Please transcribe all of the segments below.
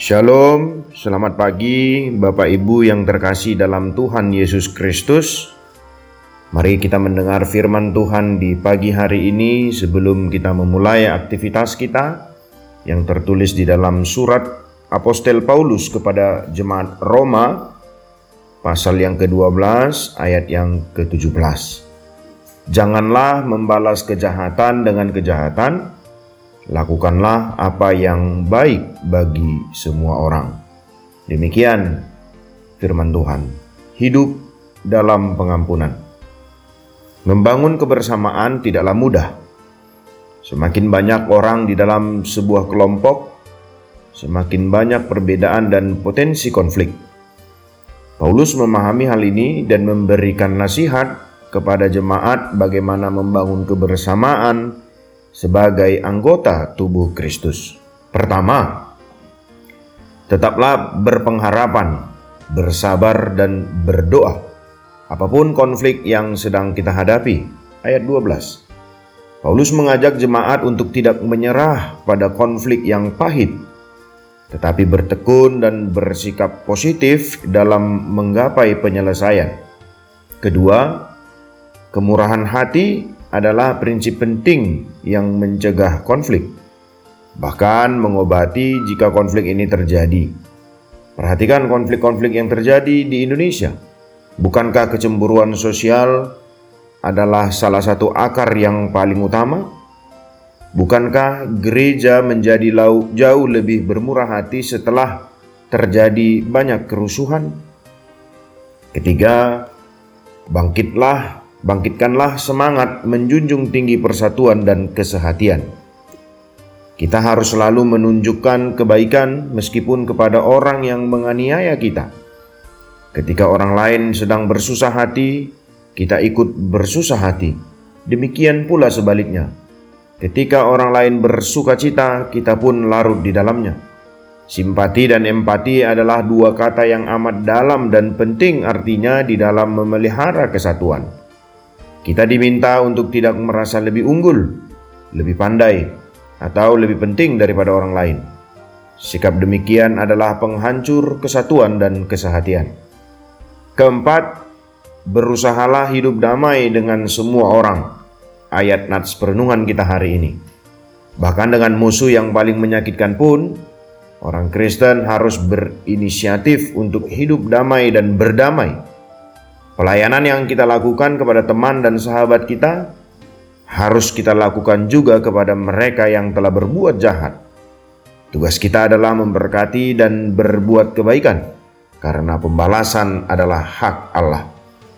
Shalom, selamat pagi Bapak Ibu yang terkasih dalam Tuhan Yesus Kristus. Mari kita mendengar firman Tuhan di pagi hari ini sebelum kita memulai aktivitas kita yang tertulis di dalam surat Apostel Paulus kepada jemaat Roma, pasal yang ke-12 ayat yang ke-17. Janganlah membalas kejahatan dengan kejahatan, lakukanlah apa yang baik bagi semua orang. Demikian firman Tuhan. Hidup dalam pengampunan. Membangun kebersamaan tidaklah mudah. Semakin banyak orang di dalam sebuah kelompok, semakin banyak perbedaan dan potensi konflik. Paulus memahami hal ini dan memberikan nasihat kepada jemaat bagaimana membangun kebersamaan sebagai anggota tubuh Kristus. Pertama, tetaplah berpengharapan, bersabar dan berdoa apapun konflik yang sedang kita hadapi. Ayat 12. Paulus mengajak jemaat untuk tidak menyerah pada konflik yang pahit, tetapi bertekun dan bersikap positif dalam menggapai penyelesaian. Kedua, kemurahan hati adalah prinsip penting yang mencegah konflik, bahkan mengobati jika konflik ini terjadi. Perhatikan konflik-konflik yang terjadi di Indonesia. Bukankah kecemburuan sosial adalah salah satu akar yang paling utama? Bukankah gereja menjadi jauh lebih bermurah hati setelah terjadi banyak kerusuhan? Ketiga, bangkitkanlah semangat menjunjung tinggi persatuan dan kesehatian. Kita harus selalu menunjukkan kebaikan meskipun kepada orang yang menganiaya kita. Ketika orang lain sedang bersusah hati, kita ikut bersusah hati. Demikian pula sebaliknya. Ketika orang lain bersuka cita, kita pun larut di dalamnya. Simpati dan empati adalah dua kata yang amat dalam dan penting artinya di dalam memelihara kesatuan. Kita diminta untuk tidak merasa lebih unggul, lebih pandai, atau lebih penting daripada orang lain. Sikap demikian adalah penghancur kesatuan dan kesehatian. Keempat, berusahalah hidup damai dengan semua orang. Ayat nats perenungan kita hari ini. Bahkan dengan musuh yang paling menyakitkan pun, orang Kristen harus berinisiatif untuk hidup damai dan berdamai. Pelayanan yang kita lakukan kepada teman dan sahabat kita harus kita lakukan juga kepada mereka yang telah berbuat jahat. Tugas kita adalah memberkati dan berbuat kebaikan, karena pembalasan adalah hak Allah.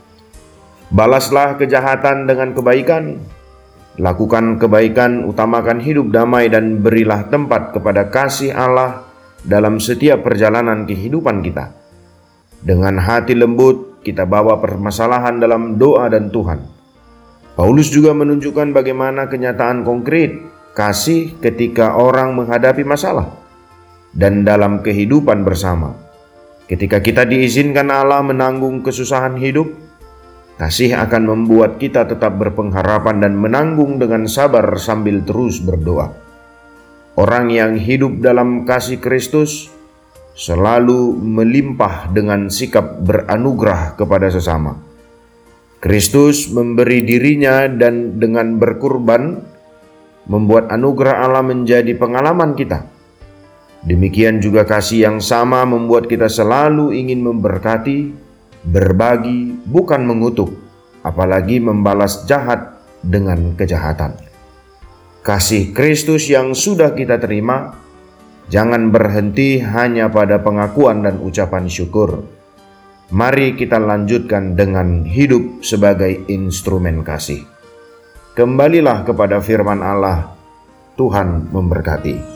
Balaslah kejahatan dengan kebaikan, lakukan kebaikan, utamakan hidup damai dan berilah tempat kepada kasih Allah dalam setiap perjalanan kehidupan kita. Dengan hati lembut, kita bawa permasalahan dalam doa dan Tuhan. Paulus juga menunjukkan bagaimana kenyataan konkret kasih ketika orang menghadapi masalah dan dalam kehidupan bersama. Ketika kita diizinkan Allah menanggung kesusahan hidup, kasih akan membuat kita tetap berpengharapan dan menanggung dengan sabar sambil terus berdoa. Orang yang hidup dalam kasih Kristus selalu melimpah dengan sikap beranugerah kepada sesama. Kristus memberi dirinya dan dengan berkurban membuat anugerah Allah menjadi pengalaman kita. Demikian juga kasih yang sama membuat kita selalu ingin memberkati, berbagi, bukan mengutuk, apalagi membalas jahat dengan kejahatan. Kasih Kristus yang sudah kita terima jangan berhenti hanya pada pengakuan dan ucapan syukur. Mari kita lanjutkan dengan hidup sebagai instrumen kasih. Kembalilah kepada firman Allah. Tuhan memberkati.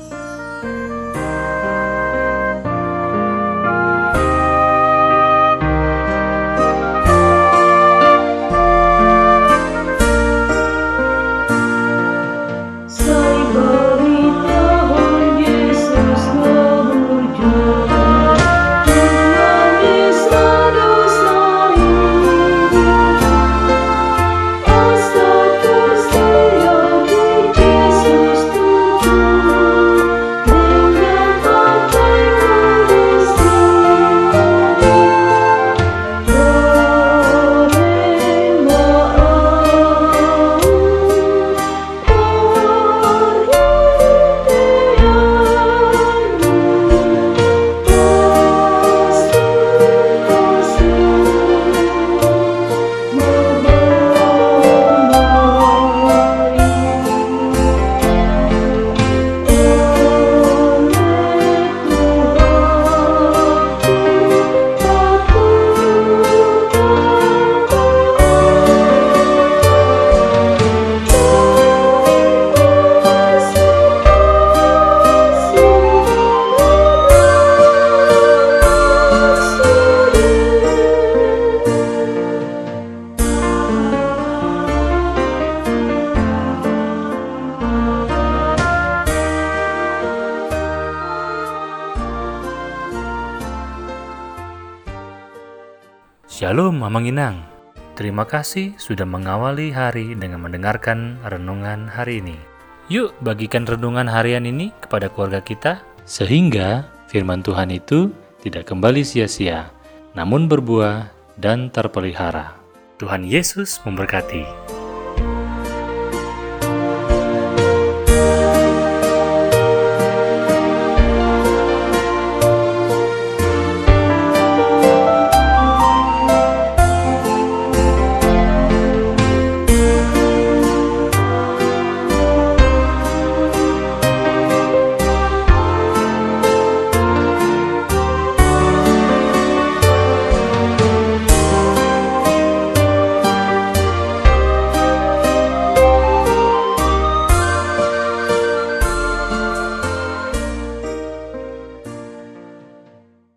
Shalom Mamang Inang. Terima kasih sudah mengawali hari dengan mendengarkan renungan hari ini. Yuk bagikan renungan harian ini kepada keluarga kita, sehingga firman Tuhan itu tidak kembali sia-sia, namun berbuah dan terpelihara. Tuhan Yesus memberkati.